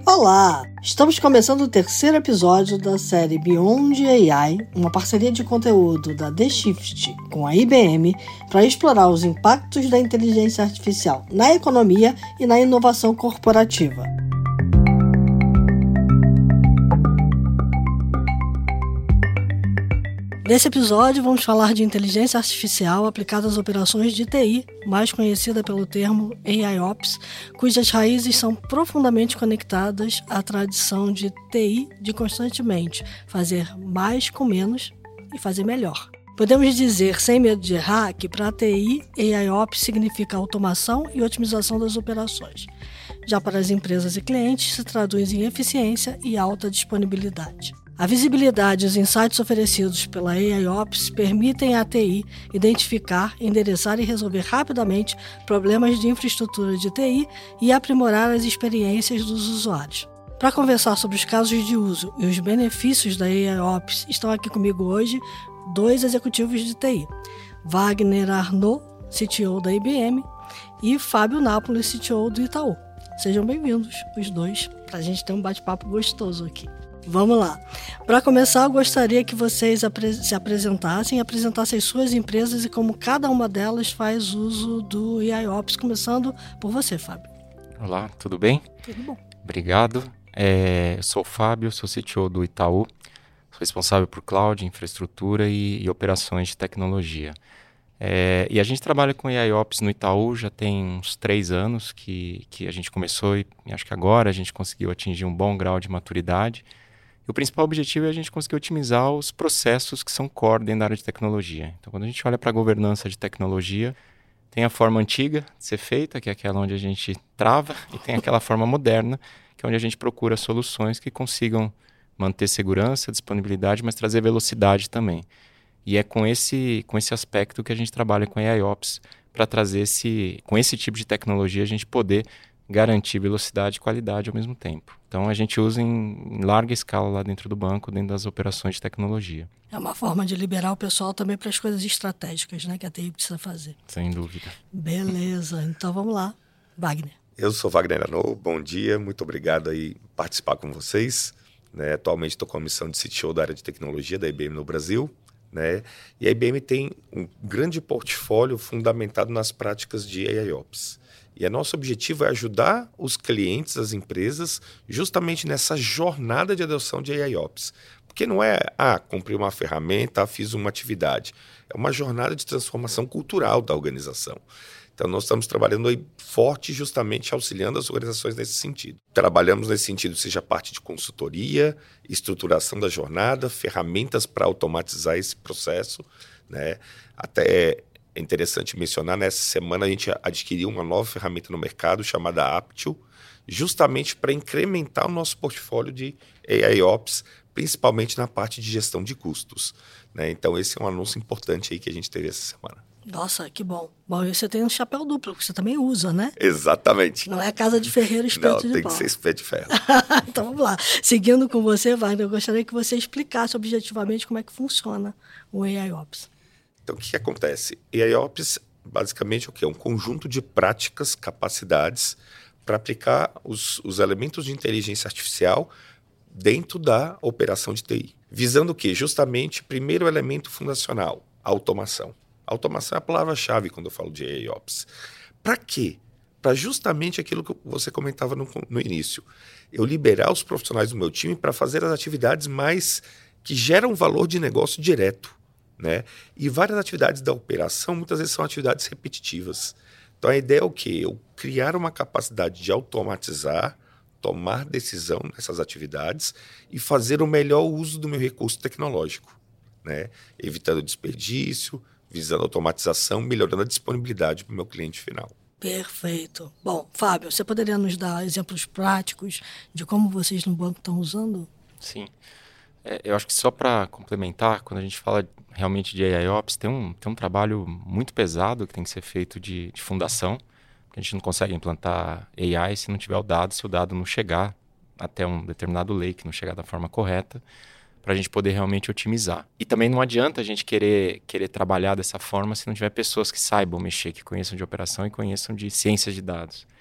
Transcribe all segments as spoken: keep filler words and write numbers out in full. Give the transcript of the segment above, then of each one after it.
Olá! Estamos começando o terceiro episódio da série Beyond A I, uma parceria de conteúdo da The Shift com a I B M para explorar os impactos da inteligência artificial na economia e na inovação corporativa. Nesse episódio, vamos falar de inteligência artificial aplicada às operações de T I, mais conhecida pelo termo AIOps, cujas raízes são profundamente conectadas à tradição de T I de constantemente fazer mais com menos e fazer melhor. Podemos dizer, sem medo de errar, que para a T I, AIOps significa automação e otimização das operações. Já para as empresas e clientes, se traduz em eficiência e alta disponibilidade. A visibilidade e os insights oferecidos pela AIOps permitem à T I identificar, endereçar e resolver rapidamente problemas de infraestrutura de T I e aprimorar as experiências dos usuários. Para conversar sobre os casos de uso e os benefícios da AIOps, estão aqui comigo hoje dois executivos de T I, Wagner Arnaud, C T O da I B M, e Fábio Napoli, C T O do Itaú. Sejam bem-vindos, os dois, para a gente ter um bate-papo gostoso aqui. Vamos lá. Para começar, eu gostaria que vocês apre- se apresentassem e apresentassem as suas empresas e como cada uma delas faz uso do AIOps, começando por você, Fábio. Olá, tudo bem? Tudo bom. Obrigado. É, eu sou o Fábio, sou C T O do Itaú, sou responsável por cloud, infraestrutura e, e operações de tecnologia. É, e a gente trabalha com AIOps no Itaú já tem uns três anos que, que a gente começou e acho que agora a gente conseguiu atingir um bom grau de maturidade. O principal objetivo é a gente conseguir otimizar os processos que são core dentro da área de tecnologia. Então, quando a gente olha para a governança de tecnologia, tem a forma antiga de ser feita, que é aquela onde a gente trava, e tem aquela forma moderna, que é onde a gente procura soluções que consigam manter segurança, disponibilidade, mas trazer velocidade também. E é com esse, com esse aspecto que a gente trabalha com a AIOps, para trazer esse, com esse tipo de tecnologia, a gente poder garantir velocidade e qualidade ao mesmo tempo. Então, a gente usa em, em larga escala lá dentro do banco, dentro das operações de tecnologia. É uma forma de liberar o pessoal também para as coisas estratégicas, né, que a T I precisa fazer. Sem dúvida. Beleza, então vamos lá. Wagner. Eu sou Wagner Arnaud, bom dia, muito obrigado aí por participar com vocês. Né? Atualmente estou com a missão de C T O da área de tecnologia da I B M no Brasil. Né? E a I B M tem um grande portfólio fundamentado nas práticas de AIOps. E o nosso objetivo é ajudar os clientes, as empresas, justamente nessa jornada de adoção de AIOps. Porque não é, ah, comprei uma ferramenta, fiz uma atividade. É uma jornada de transformação cultural da organização. Então, nós estamos trabalhando aí forte, justamente auxiliando as organizações nesse sentido. Trabalhamos nesse sentido, seja parte de consultoria, estruturação da jornada, ferramentas para automatizar esse processo, né? Até é interessante mencionar, nessa semana a gente adquiriu uma nova ferramenta no mercado chamada Aptio, justamente para incrementar o nosso portfólio de AIOps, principalmente na parte de gestão de custos. Né? Então, esse é um anúncio importante aí que a gente teve essa semana. Nossa, que bom. Bom, e você tem um chapéu duplo, que você também usa, né? Exatamente. Não é casa de ferreiro, espeto de pau. Não, tem que ser espeto de ferro. Então, vamos lá. Seguindo com você, Wagner, eu gostaria que você explicasse objetivamente como é que funciona o AIOps. Então, o que, que acontece? AIOps, basicamente, é o quê? É um conjunto de práticas, capacidades para aplicar os, os elementos de inteligência artificial dentro da operação de T I. Visando o quê? Justamente, primeiro elemento fundacional, a automação. A automação é a palavra-chave quando eu falo de AIOps. Para quê? Para justamente aquilo que você comentava no, no início. Eu liberar os profissionais do meu time para fazer as atividades mais que geram valor de negócio direto. Né? E várias atividades da operação, muitas vezes são atividades repetitivas. Então, a ideia é o quê? Eu criar uma capacidade de automatizar, tomar decisão nessas atividades e fazer o melhor uso do meu recurso tecnológico. Né? Evitando desperdício, visando automatização, melhorando a disponibilidade para o meu cliente final. Perfeito. Bom, Fábio, você poderia nos dar exemplos práticos de como vocês no banco estão usando? Sim. É, eu acho que só para complementar, quando a gente fala realmente de AIOps, tem um, tem um trabalho muito pesado que tem que ser feito de, de fundação. A gente não consegue implantar A I se não tiver o dado, se o dado não chegar até um determinado lake, não chegar da forma correta, para a gente poder realmente otimizar. E também não adianta a gente querer, querer trabalhar dessa forma se não tiver pessoas que saibam mexer, que conheçam de operação e conheçam de ciências de dados.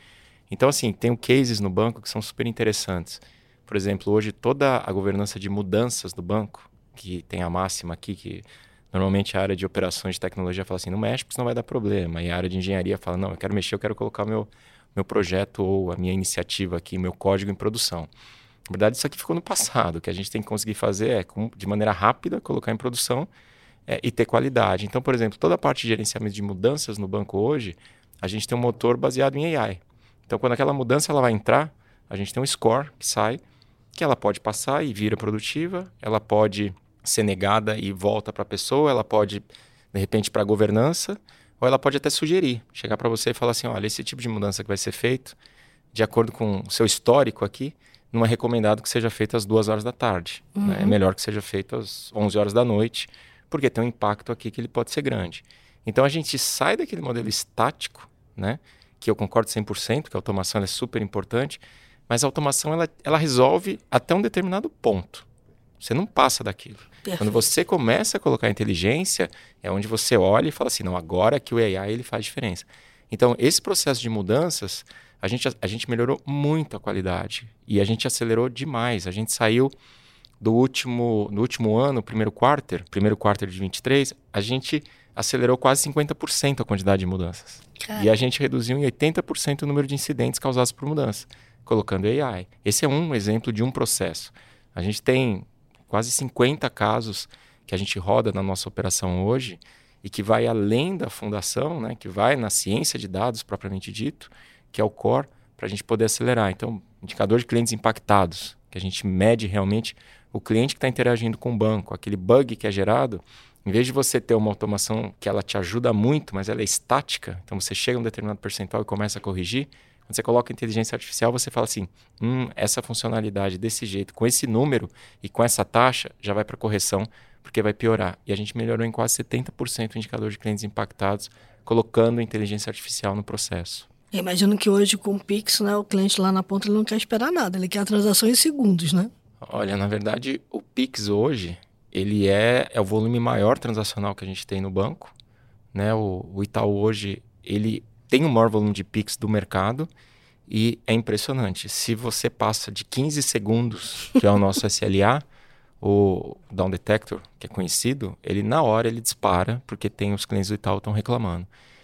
Então, assim, tem cases no banco que são super interessantes. Por exemplo, hoje toda a governança de mudanças do banco, que tem a máxima aqui, que normalmente a área de operações de tecnologia fala assim, não mexe porque senão vai dar problema. E a área de engenharia fala, não, eu quero mexer, eu quero colocar meu, meu projeto ou a minha iniciativa aqui, meu código em produção. Na verdade, isso aqui ficou no passado. O que a gente tem que conseguir fazer é, com, de maneira rápida, colocar em produção é, e ter qualidade. Então, por exemplo, toda a parte de gerenciamento de mudanças no banco hoje, a gente tem um motor baseado em A I. Então, quando aquela mudança ela vai entrar, a gente tem um score que sai, que ela pode passar e vira produtiva, ela pode ser negada e volta para a pessoa, ela pode, de repente, para a governança, ou ela pode até sugerir, chegar para você e falar assim, olha, esse tipo de mudança que vai ser feito, de acordo com o seu histórico aqui, não é recomendado que seja feito às duas horas da tarde. Uhum. Né? É melhor que seja feito às onze horas da noite, porque tem um impacto aqui que ele pode ser grande. Então, a gente sai daquele modelo estático, né? Que eu concordo cem por cento, que a automação é super importante, mas a automação ela, ela resolve até um determinado ponto. Você não passa daquilo. Perfeito. Quando você começa a colocar inteligência, é onde você olha e fala assim, não, agora que o A I ele faz diferença. Então, esse processo de mudanças, a gente, a gente melhorou muito a qualidade e a gente acelerou demais. A gente saiu do último, no último ano, primeiro quarter, primeiro quarter de vinte e três, a gente acelerou quase cinquenta por cento a quantidade de mudanças. Caramba. E a gente reduziu em oitenta por cento o número de incidentes causados por mudança, colocando A I. Esse é um exemplo de um processo. A gente tem quase cinquenta casos que a gente roda na nossa operação hoje e que vai além da fundação, né, que vai na ciência de dados propriamente dito, que é o core, para a gente poder acelerar. Então, indicador de clientes impactados, que a gente mede realmente o cliente que está interagindo com o banco, aquele bug que é gerado, em vez de você ter uma automação que ela te ajuda muito, mas ela é estática, então você chega a um determinado percentual e começa a corrigir, quando você coloca inteligência artificial, você fala assim, hum, essa funcionalidade desse jeito, com esse número e com essa taxa, já vai para correção, porque vai piorar. E a gente melhorou em quase setenta por cento o indicador de clientes impactados, colocando inteligência artificial no processo. Eu imagino que hoje com o Pix, né, o cliente lá na ponta ele não quer esperar nada, ele quer a transação em segundos, né? Olha, na verdade, o Pix hoje, ele é, é o volume maior transacional que a gente tem no banco. Né? O, o Itaú hoje, ele tem o maior volume de Pix do mercado e é impressionante. Se você passa de quinze segundos, que é o nosso S L A, o Down Detector, que é conhecido, ele na hora ele dispara, porque tem os clientes do Itaú estão reclamando.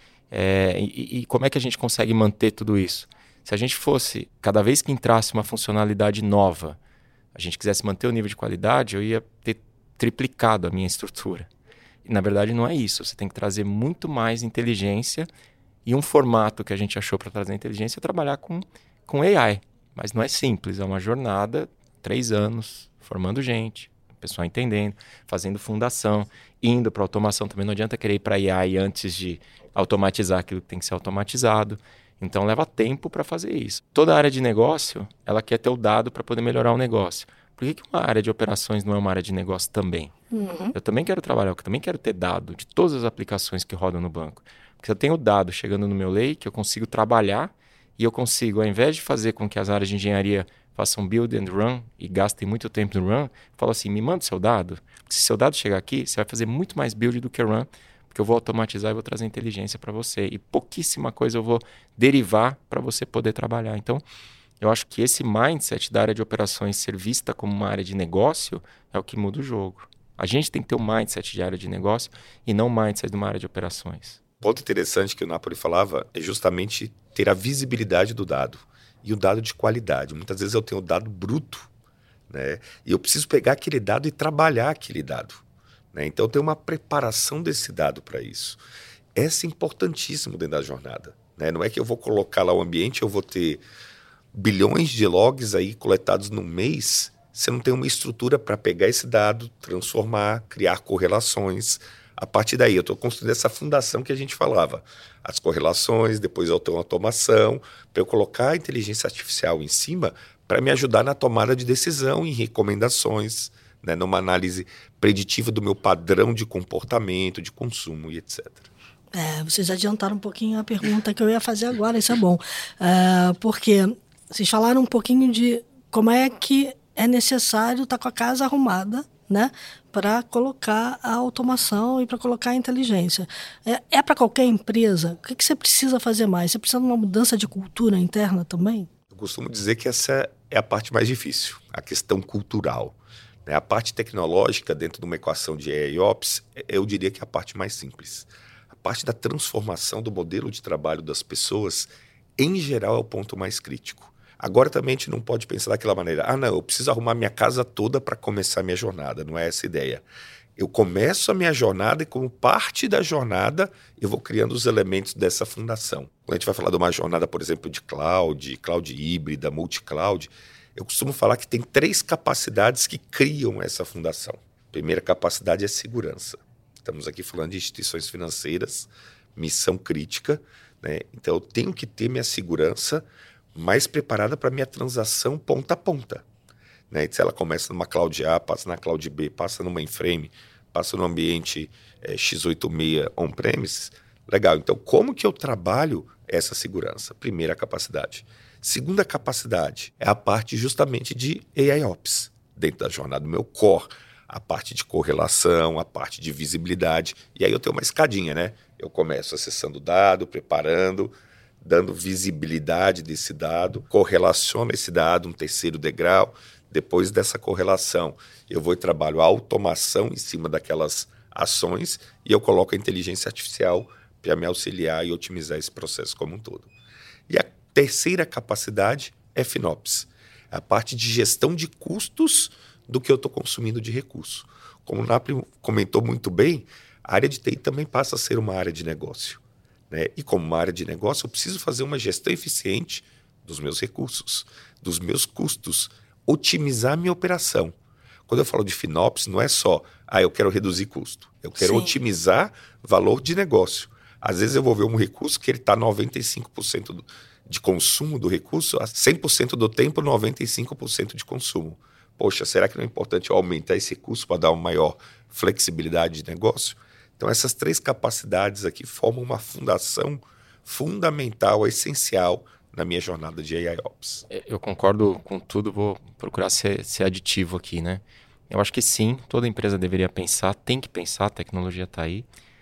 É, e, e como é que a gente consegue manter tudo isso? Se a gente fosse, cada vez que entrasse uma funcionalidade nova, a gente quisesse manter o nível de qualidade, eu ia ter triplicado a minha estrutura. E na verdade não é isso. Você tem que trazer muito mais inteligência e um formato que a gente achou para trazer inteligência é trabalhar com, com A I. Mas não é simples, é uma jornada, três anos, formando gente, o pessoal entendendo, fazendo fundação, indo para automação. Também não adianta querer ir para A I antes de automatizar aquilo que tem que ser automatizado. Então leva tempo para fazer isso. Toda área de negócio, ela quer ter o dado para poder melhorar o negócio. Por que que uma área de operações não é uma área de negócio também? Uhum. Eu também quero trabalhar, eu também quero ter dado de todas as aplicações que rodam no banco. Porque se eu tenho dado chegando no meu lake, eu consigo trabalhar e eu consigo, ao invés de fazer com que as áreas de engenharia façam build and run e gastem muito tempo no run, eu falo assim, me manda o seu dado. Porque se seu dado chegar aqui, você vai fazer muito mais build do que run, porque eu vou automatizar e vou trazer inteligência para você. E pouquíssima coisa eu vou derivar para você poder trabalhar. Então, eu acho que esse mindset da área de operações ser vista como uma área de negócio é o que muda o jogo. A gente tem que ter o mindset de área de negócio e não o mindset de uma área de operações. Ponto interessante que o Napoli falava é justamente ter a visibilidade do dado. E o dado de qualidade. Muitas vezes eu tenho o dado bruto, né? E eu preciso pegar aquele dado e trabalhar aquele dado. Né? Então, tem uma preparação desse dado para isso. Essa é importantíssimo dentro da jornada. Né? Não é que eu vou colocar lá o ambiente, eu vou ter bilhões de logs aí coletados no mês, você não tem uma estrutura para pegar esse dado, transformar, criar correlações. A partir daí, eu estou construindo essa fundação que a gente falava. As correlações, depois eu tenho automação, para eu colocar a inteligência artificial em cima para me ajudar na tomada de decisão, em recomendações, né, numa análise preditiva do meu padrão de comportamento, de consumo e etcétera. É, vocês adiantaram um pouquinho a pergunta que eu ia fazer agora, isso é bom. É, porque vocês falaram um pouquinho de como é que é necessário estar com a casa arrumada, né, para colocar a automação e para colocar a inteligência. É, é para qualquer empresa? O que, que você precisa fazer mais? Você precisa de uma mudança de cultura interna também? Eu costumo dizer que essa é a parte mais difícil, a questão cultural. A parte tecnológica dentro de uma equação de A I Ops, eu diria que é a parte mais simples. A parte da transformação do modelo de trabalho das pessoas, em geral, é o ponto mais crítico. Agora também a gente não pode pensar daquela maneira, ah não, eu preciso arrumar minha casa toda para começar a minha jornada, não é essa a ideia. Eu começo a minha jornada e como parte da jornada eu vou criando os elementos dessa fundação. Quando a gente vai falar de uma jornada, por exemplo, de cloud, cloud híbrida, multi-cloud, eu costumo falar que tem três capacidades que criam essa fundação. A primeira capacidade é segurança. Estamos aqui falando de instituições financeiras, missão crítica, né? Então eu tenho que ter minha segurança mais preparada para minha transação ponta a ponta. Né? Se ela começa numa cloud A, passa na cloud B, passa no mainframe, passa no ambiente é, x oitenta e seis on-premise, legal. Então como que eu trabalho essa segurança? Primeira capacidade. Segunda capacidade é a parte justamente de A I Ops, dentro da jornada do meu core, a parte de correlação, a parte de visibilidade, e aí eu tenho uma escadinha, né? Eu começo acessando o dado, preparando, dando visibilidade desse dado, correlaciono esse dado, um terceiro degrau, depois dessa correlação eu vou e trabalho a automação em cima daquelas ações e eu coloco a inteligência artificial para me auxiliar e otimizar esse processo como um todo. E a terceira capacidade é FinOps, a parte de gestão de custos do que eu estou consumindo de recurso. Como o Napoli comentou muito bem, a área de T I também passa a ser uma área de negócio. Né? E como uma área de negócio, eu preciso fazer uma gestão eficiente dos meus recursos, dos meus custos, otimizar a minha operação. Quando eu falo de FinOps, não é só, ah, eu quero reduzir custo. Eu quero Sim. otimizar valor de negócio. Às vezes eu vou ver um recurso que ele está noventa e cinco por cento do, de consumo do recurso, a cem por cento do tempo, noventa e cinco por cento de consumo. Poxa, será que não é importante eu aumentar esse custo para dar uma maior flexibilidade de negócio? Então, essas três capacidades aqui formam uma fundação fundamental, essencial na minha jornada de A I Ops. Eu concordo com tudo, vou procurar ser, ser aditivo aqui, né? Eu acho que sim, toda empresa deveria pensar, tem que pensar, a tecnologia está aí,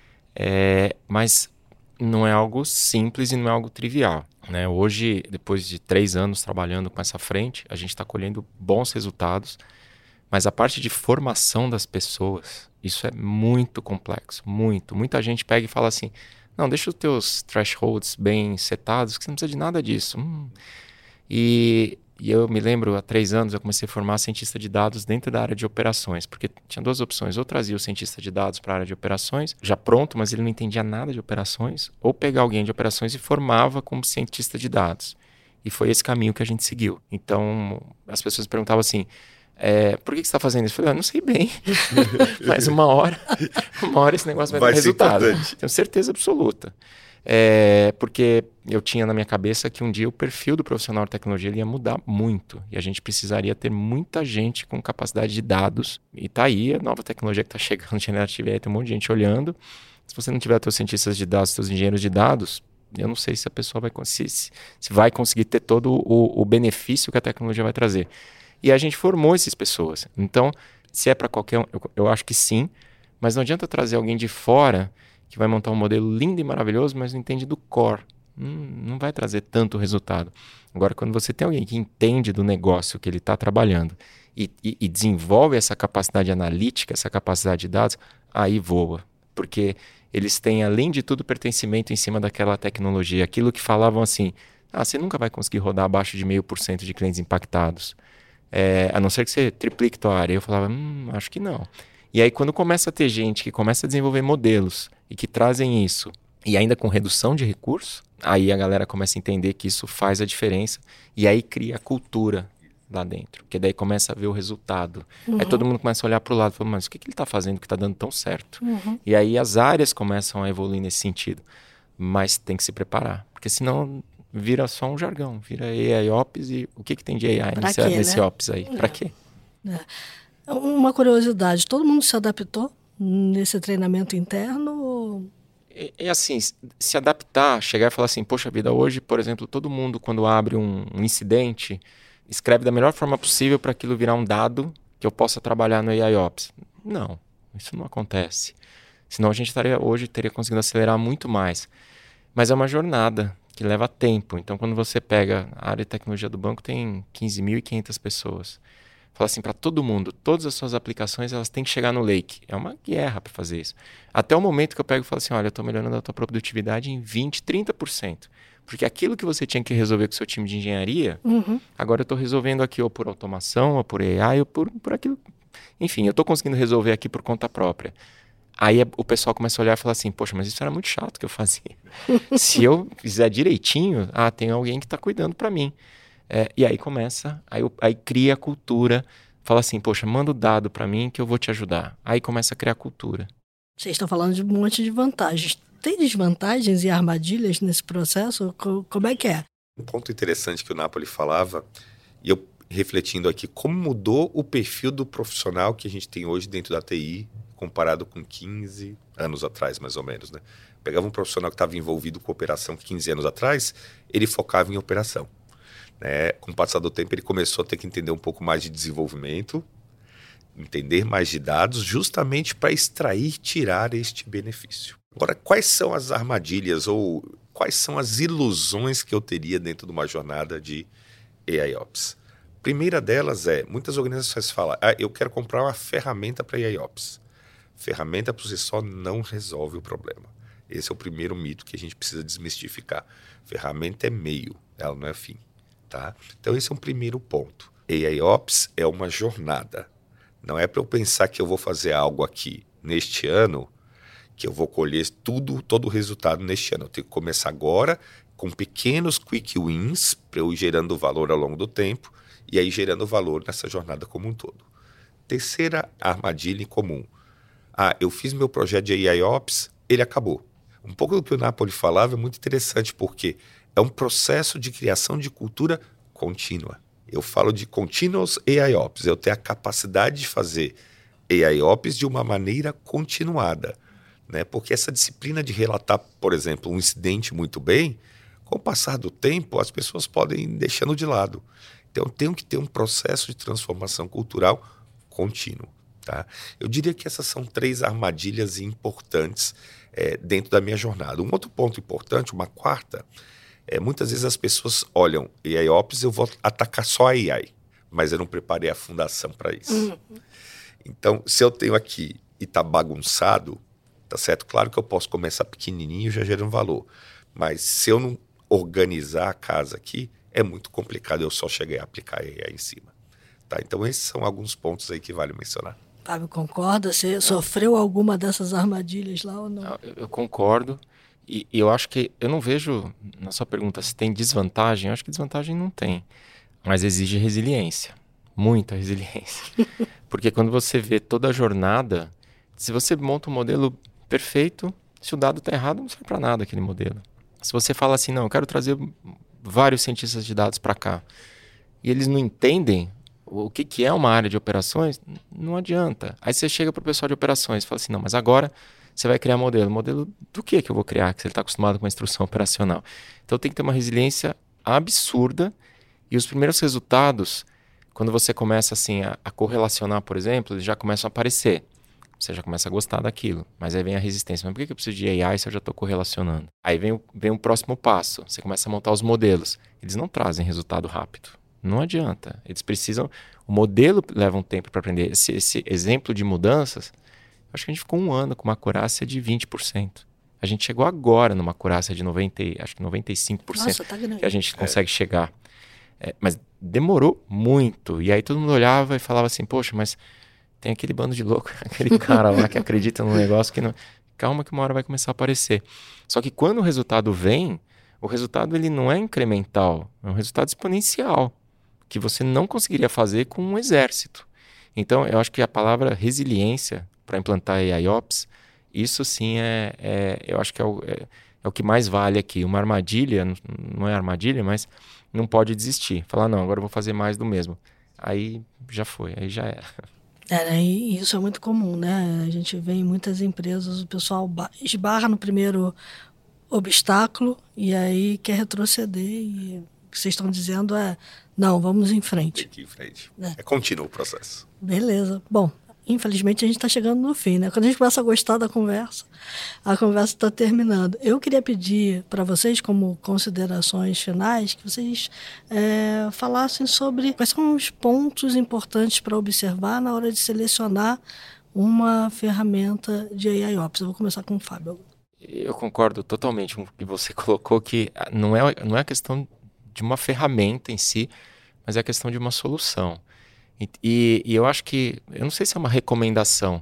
é, mas não é algo simples e não é algo trivial. Né? Hoje, depois de três anos trabalhando com essa frente, a gente está colhendo bons resultados, mas a parte de formação das pessoas, isso é muito complexo, muito. Muita gente pega e fala assim, não, deixa os teus thresholds bem setados, que você não precisa de nada disso. Hum. E, e eu me lembro, há três anos, eu comecei a formar cientista de dados dentro da área de operações, porque tinha duas opções, ou trazia o cientista de dados para a área de operações, já pronto, mas ele não entendia nada de operações, ou pegar alguém de operações e formava como cientista de dados. E foi esse caminho que a gente seguiu. Então, as pessoas perguntavam assim, É, por que, que você está fazendo isso? Eu falei, ah, não sei bem, mas uma hora, uma hora esse negócio vai, vai dar resultado. Importante. Tenho certeza absoluta. É, porque eu tinha na minha cabeça que um dia o perfil do profissional de tecnologia ele ia mudar muito e a gente precisaria ter muita gente com capacidade de dados. E tá aí a nova tecnologia que está chegando, generativa A I, tem um monte de gente olhando. Se você não tiver teus cientistas de dados, teus engenheiros de dados, eu não sei se a pessoa vai, se, se vai conseguir ter todo o, o benefício que a tecnologia vai trazer. E a gente formou essas pessoas. Então, se é para qualquer um, eu, eu acho que sim, mas não adianta trazer alguém de fora que vai montar um modelo lindo e maravilhoso, mas não entende do core. Hum, não vai trazer tanto resultado. Agora, quando você tem alguém que entende do negócio que ele está trabalhando e, e, e desenvolve essa capacidade analítica, essa capacidade de dados, aí voa. Porque eles têm, além de tudo, pertencimento em cima daquela tecnologia. Aquilo que falavam assim, ah, você nunca vai conseguir rodar abaixo de zero vírgula cinco por cento de clientes impactados. É, a não ser que você triplique tua área. Eu falava, hum, acho que não. E aí quando começa a ter gente que começa a desenvolver modelos e que trazem isso, e ainda com redução de recursos, aí a galera começa a entender que isso faz a diferença e aí cria a cultura lá dentro, porque daí começa a ver o resultado. Uhum. Aí todo mundo começa a olhar para o lado e fala, mas o que, que ele está fazendo que está dando tão certo? Uhum. E aí as áreas começam a evoluir nesse sentido, mas tem que se preparar, porque senão vira só um jargão, vira A I Ops e o que, que tem de A I nesse, quê, nesse né? Ops aí? É. Para quê? É. Uma curiosidade, todo mundo se adaptou nesse treinamento interno? É, é assim, se adaptar, chegar e falar assim, poxa vida, hoje, por exemplo, todo mundo quando abre um, um incidente, escreve da melhor forma possível para aquilo virar um dado que eu possa trabalhar no AIOps? Não, isso não acontece. Senão a gente estaria, hoje teria conseguido acelerar muito mais. Mas é uma jornada que leva tempo. Então, quando você pega a área de tecnologia do banco, tem quinze mil e quinhentas pessoas. Fala assim, para todo mundo, todas as suas aplicações elas têm que chegar no Lake. É uma guerra para fazer isso. Até o momento que eu pego e falo assim, olha, eu estou melhorando a tua produtividade em vinte, trinta por cento. Porque aquilo que você tinha que resolver com o seu time de engenharia, uhum. agora eu estou resolvendo aqui ou por automação, ou por A I, ou por, por aquilo. Enfim, eu estou conseguindo resolver aqui por conta própria. Aí o pessoal começa a olhar e falar assim, poxa, mas isso era muito chato que eu fazia. Se eu fizer direitinho, ah, tem alguém que está cuidando para mim. É, e aí começa, aí, aí cria a cultura, fala assim, poxa, manda o dado para mim que eu vou te ajudar. Aí começa a criar a cultura. Vocês estão falando de um monte de vantagens. Tem desvantagens e armadilhas nesse processo? Como é que é? Um ponto interessante que o Napoli falava, e eu refletindo aqui, como mudou o perfil do profissional que a gente tem hoje dentro da T I, comparado com quinze anos atrás, mais ou menos, né? Pegava um profissional que estava envolvido com operação quinze anos atrás, ele focava em operação. Né? Com o passar do tempo, ele começou a ter que entender um pouco mais de desenvolvimento, entender mais de dados, justamente para extrair, tirar este benefício. Agora, quais são as armadilhas ou quais são as ilusões que eu teria dentro de uma jornada de AIOps? Primeira delas é, muitas organizações falam, ah, eu quero comprar uma ferramenta para AIOps. Ferramenta por si só não resolve o problema. Esse é o primeiro mito que a gente precisa desmistificar. Ferramenta é meio, ela não é fim. Tá? Então esse é um primeiro ponto. AIOps é uma jornada. Não é para eu pensar que eu vou fazer algo aqui neste ano, que eu vou colher tudo, todo o resultado neste ano. Eu tenho que começar agora com pequenos quick wins para eu ir gerando valor ao longo do tempo e aí gerando valor nessa jornada como um todo. Terceira armadilha em comum. Ah, eu fiz meu projeto de AIOps, ele acabou. Um pouco do que o Napoli falava é muito interessante, porque é um processo de criação de cultura contínua. Eu falo de continuous AIOps, eu tenho a capacidade de fazer AIOps de uma maneira continuada. Né? Porque essa disciplina de relatar, por exemplo, um incidente muito bem, com o passar do tempo, as pessoas podem ir deixando de lado. Então, eu tenho que ter um processo de transformação cultural contínuo. Tá? Eu diria que essas são três armadilhas importantes é, dentro da minha jornada. Um outro ponto importante, uma quarta, é muitas vezes as pessoas olham AIOps, eu vou atacar só a A I, mas eu não preparei a fundação para isso. Uhum. Então, se eu tenho aqui e está bagunçado, tá certo? Claro que eu posso começar pequenininho e já gerar um valor, mas se eu não organizar a casa aqui, é muito complicado eu só chegar a aplicar a A I em cima. Tá? Então, esses são alguns pontos aí que vale mencionar. Fábio, concorda? Você sofreu alguma dessas armadilhas lá ou não? Eu, eu concordo. E, e eu acho que, eu não vejo, na sua pergunta, se tem desvantagem. Eu acho que desvantagem não tem. Mas exige resiliência. Muita resiliência. Porque quando você vê toda a jornada, se você monta um modelo perfeito, se o dado está errado, não serve para nada aquele modelo. Se você fala assim, não, eu quero trazer vários cientistas de dados para cá, e eles não entendem o que, que é uma área de operações, não adianta. Aí você chega para o pessoal de operações e fala assim, não, mas agora você vai criar modelo. Modelo do que que eu vou criar? Que você está acostumado com a instrução operacional. Então tem que ter uma resiliência absurda e os primeiros resultados, quando você começa assim a, a correlacionar, por exemplo, eles já começam a aparecer. Você já começa a gostar daquilo. Mas aí vem a resistência. Mas por que eu preciso de A I se eu já estou correlacionando? Aí vem o, vem o próximo passo. Você começa a montar os modelos. Eles não trazem resultado rápido. Não adianta. Eles precisam... O modelo leva um tempo para aprender. Esse, esse exemplo de mudanças, acho que a gente ficou um ano com uma acurácia de vinte por cento. A gente chegou agora numa acurácia de noventa, acho que noventa e cinco por cento. Nossa, tá grande. Que a gente consegue é. chegar. É, mas demorou muito. E aí todo mundo olhava e falava assim, poxa, mas tem aquele bando de louco, aquele cara lá que acredita num negócio que não... Calma que uma hora vai começar a aparecer. Só que quando o resultado vem, o resultado ele não é incremental, é um resultado exponencial, que você não conseguiria fazer com um exército. Então, eu acho que a palavra resiliência para implantar AIOps, isso sim é, é eu acho que é o, é, é o que mais vale aqui. Uma armadilha, não é armadilha, mas não pode desistir. Falar, não, agora eu vou fazer mais do mesmo. Aí já foi, aí já era. É, e isso é muito comum, né? A gente vê em muitas empresas, o pessoal esbarra no primeiro obstáculo e aí quer retroceder e que vocês estão dizendo é, não, vamos em frente. Tem que ir em frente. É, é contínuo o processo. Beleza. Bom, infelizmente a gente está chegando no fim, né? Quando a gente começa a gostar da conversa, a conversa está terminando. Eu queria pedir para vocês, como considerações finais, que vocês é, falassem sobre quais são os pontos importantes para observar na hora de selecionar uma ferramenta de A I Ops. Eu vou começar com o Fábio. Eu concordo totalmente com o que você colocou, que não é, não é a questão de uma ferramenta em si, mas é a questão de uma solução. E, e, e eu acho que, eu não sei se é uma recomendação,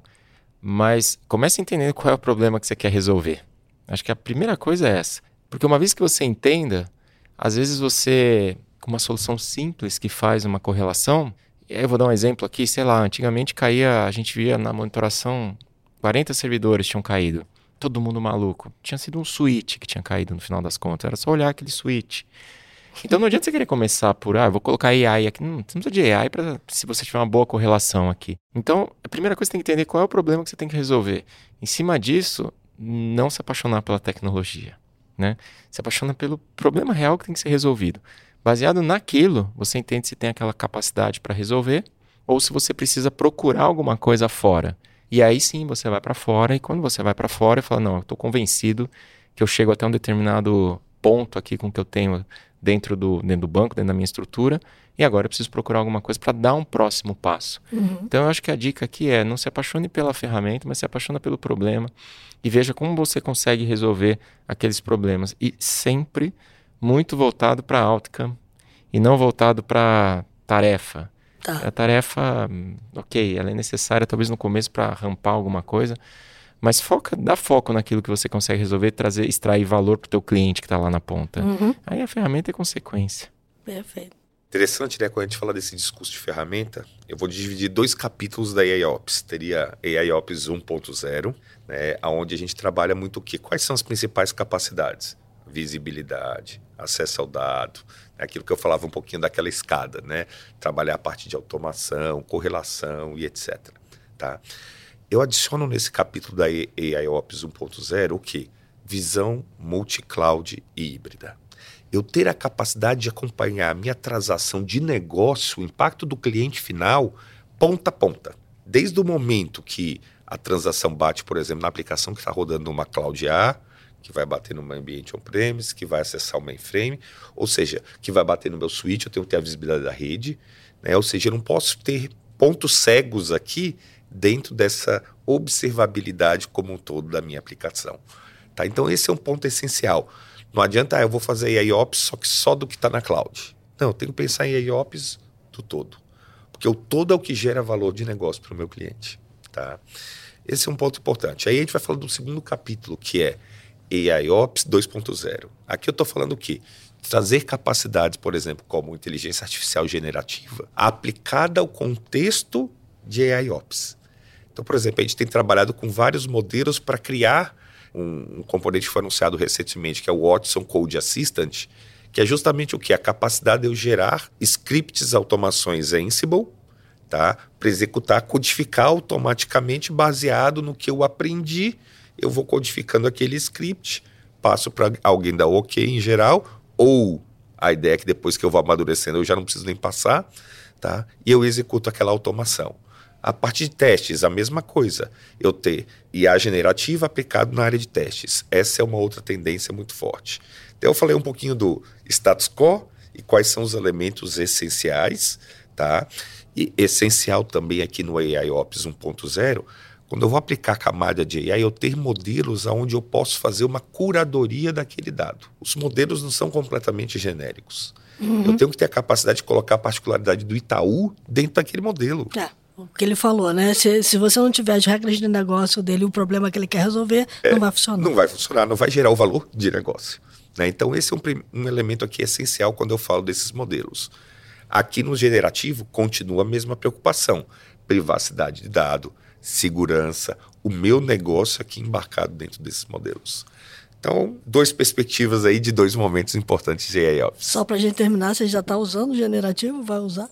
mas comece entendendo qual é o problema que você quer resolver. Acho que a primeira coisa é essa. Porque uma vez que você entenda, às vezes você, com uma solução simples que faz uma correlação, eu vou dar um exemplo aqui, sei lá, antigamente caía, a gente via na monitoração, quarenta servidores tinham caído. Todo mundo maluco. Tinha sido um switch que tinha caído no final das contas. Era só olhar aquele switch. Então não adianta você querer começar por, ah, eu vou colocar A I aqui. Não, você não precisa de A I pra, se você tiver uma boa correlação aqui. Então, a primeira coisa que você tem que entender qual é o problema que você tem que resolver. Em cima disso, não se apaixonar pela tecnologia, né? Se apaixona pelo problema real que tem que ser resolvido. Baseado naquilo, você entende se tem aquela capacidade para resolver ou se você precisa procurar alguma coisa fora. E aí sim você vai para fora, e quando você vai para fora e fala, não, eu estou convencido que eu chego até um determinado ponto aqui com o que eu tenho dentro do, dentro do banco, dentro da minha estrutura, e agora eu preciso procurar alguma coisa para dar um próximo passo. Uhum. Então eu acho que a dica aqui é, não se apaixone pela ferramenta, mas se apaixone pelo problema e veja como você consegue resolver aqueles problemas. E sempre muito voltado para outcome e não voltado para tarefa. Tá. A tarefa, ok, ela é necessária talvez no começo para rampar alguma coisa, mas foca, dá foco naquilo que você consegue resolver, trazer, extrair valor para o teu cliente que está lá na ponta. Uhum. Aí a ferramenta é consequência. Perfeito. Interessante, né? Quando a gente fala desse discurso de ferramenta, eu vou dividir dois capítulos da A I Ops. Teria A I Ops um ponto zero, né? Onde a gente trabalha muito o quê? Quais são as principais capacidades? Visibilidade, acesso ao dado, né? Aquilo que eu falava um pouquinho daquela escada, né? Trabalhar a parte de automação, correlação e etcétera. Tá? Eu adiciono nesse capítulo da A I Ops um ponto zero o quê? Visão multi-cloud e híbrida. Eu ter a capacidade de acompanhar a minha transação de negócio, o impacto do cliente final, ponta a ponta. Desde o momento que a transação bate, por exemplo, na aplicação que está rodando numa cloud A, que vai bater no meu ambiente on-premise, que vai acessar o mainframe, ou seja, que vai bater no meu switch, eu tenho que ter a visibilidade da rede, né? Ou seja, eu não posso ter pontos cegos aqui dentro dessa observabilidade como um todo da minha aplicação. Tá? Então esse é um ponto essencial. Não adianta, ah, eu vou fazer A I Ops só que só do que está na cloud. Não, eu tenho que pensar em A I Ops do todo. Porque o todo é o que gera valor de negócio para o meu cliente. Tá? Esse é um ponto importante. Aí a gente vai falar do segundo capítulo, que é A I Ops dois ponto zero. Aqui eu estou falando o quê? Trazer capacidades, por exemplo, como inteligência artificial generativa, aplicada ao contexto de A I Ops. Então, por exemplo, a gente tem trabalhado com vários modelos para criar um, um componente que foi anunciado recentemente, que é o Watson Code Assistant, que é justamente o que? A capacidade de eu gerar scripts, automações Ansible, tá? Para executar, codificar automaticamente baseado no que eu aprendi. Eu vou codificando aquele script, passo para alguém dar OK em geral, ou a ideia é que depois que eu vou amadurecendo eu já não preciso nem passar, tá? E eu executo aquela automação. A parte de testes, a mesma coisa. Eu ter I A generativa aplicado na área de testes. Essa é uma outra tendência muito forte. Então eu falei um pouquinho do status quo e quais são os elementos essenciais, tá? E essencial também aqui no A I Ops um ponto zero, quando eu vou aplicar a camada de A I, eu ter modelos onde eu posso fazer uma curadoria daquele dado. Os modelos não são completamente genéricos. Uhum. Eu tenho que ter a capacidade de colocar a particularidade do Itaú dentro daquele modelo. É, o que ele falou, né? Se, se você não tiver as regras de negócio dele, o problema que ele quer resolver, é, não vai funcionar. Não vai funcionar, não vai gerar o valor de negócio. Né? Então, esse é um, um elemento aqui essencial quando eu falo desses modelos. Aqui no generativo, continua a mesma preocupação. Privacidade de dado, segurança, o meu negócio aqui embarcado dentro desses modelos. Então, duas perspectivas aí de dois momentos importantes de A I Ops. Só para a gente terminar, você já está usando o generativo? Vai usar?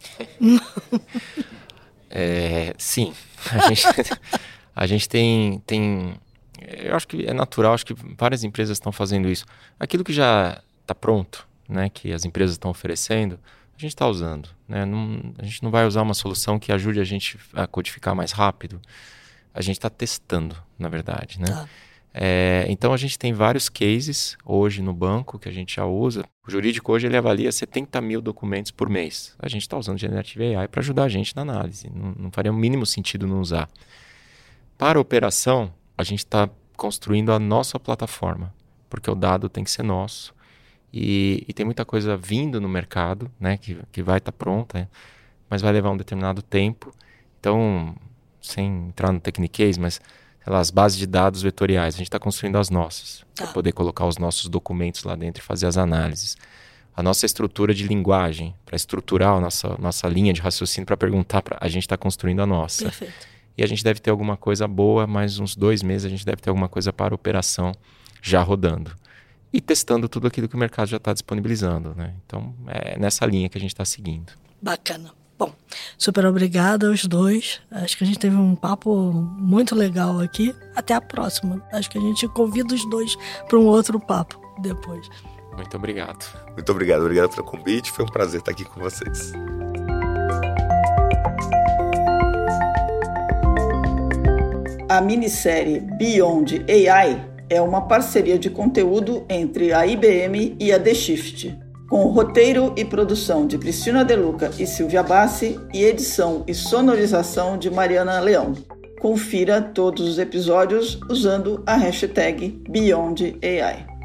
é, sim. A gente, a gente tem, tem... Eu acho que é natural, acho que várias empresas estão fazendo isso. Aquilo que já está pronto, né, que as empresas estão oferecendo, a gente está usando. Né? Não, a gente não vai usar uma solução que ajude a gente a codificar mais rápido. A gente está testando, na verdade. Né? Tá. É, então a gente tem vários cases hoje no banco que a gente já usa. O jurídico hoje ele avalia setenta mil documentos por mês. A gente está usando Generative A I para ajudar a gente na análise. Não, não faria o mínimo sentido não usar. Para a operação, a gente está construindo a nossa plataforma, porque o dado tem que ser nosso. E, e tem muita coisa vindo no mercado, né, que, que vai estar tá pronta, né, mas vai levar um determinado tempo. Então, sem entrar no techniquez, mas sei lá, as bases de dados vetoriais, a gente está construindo as nossas, tá. para poder colocar os nossos documentos lá dentro e fazer as análises. A nossa estrutura de linguagem, para estruturar a nossa, nossa linha de raciocínio, para perguntar, pra, a gente está construindo a nossa. Perfeito. E a gente deve ter alguma coisa boa, mais uns dois meses a gente deve ter alguma coisa para operação já rodando. E testando tudo aquilo que o mercado já está disponibilizando. Né? Então, é nessa linha que a gente está seguindo. Bacana. Bom, super obrigada aos dois. Acho que a gente teve um papo muito legal aqui. Até a próxima. Acho que a gente convida os dois para um outro papo depois. Muito obrigado. Muito obrigado. Obrigado pelo convite. Foi um prazer estar aqui com vocês. A minissérie Beyond A I é uma parceria de conteúdo entre a I B M e a The Shift, com o roteiro e produção de Cristina De Luca e Silvia Bassi e edição e sonorização de Mariana Leão. Confira todos os episódios usando a hashtag Beyond A I.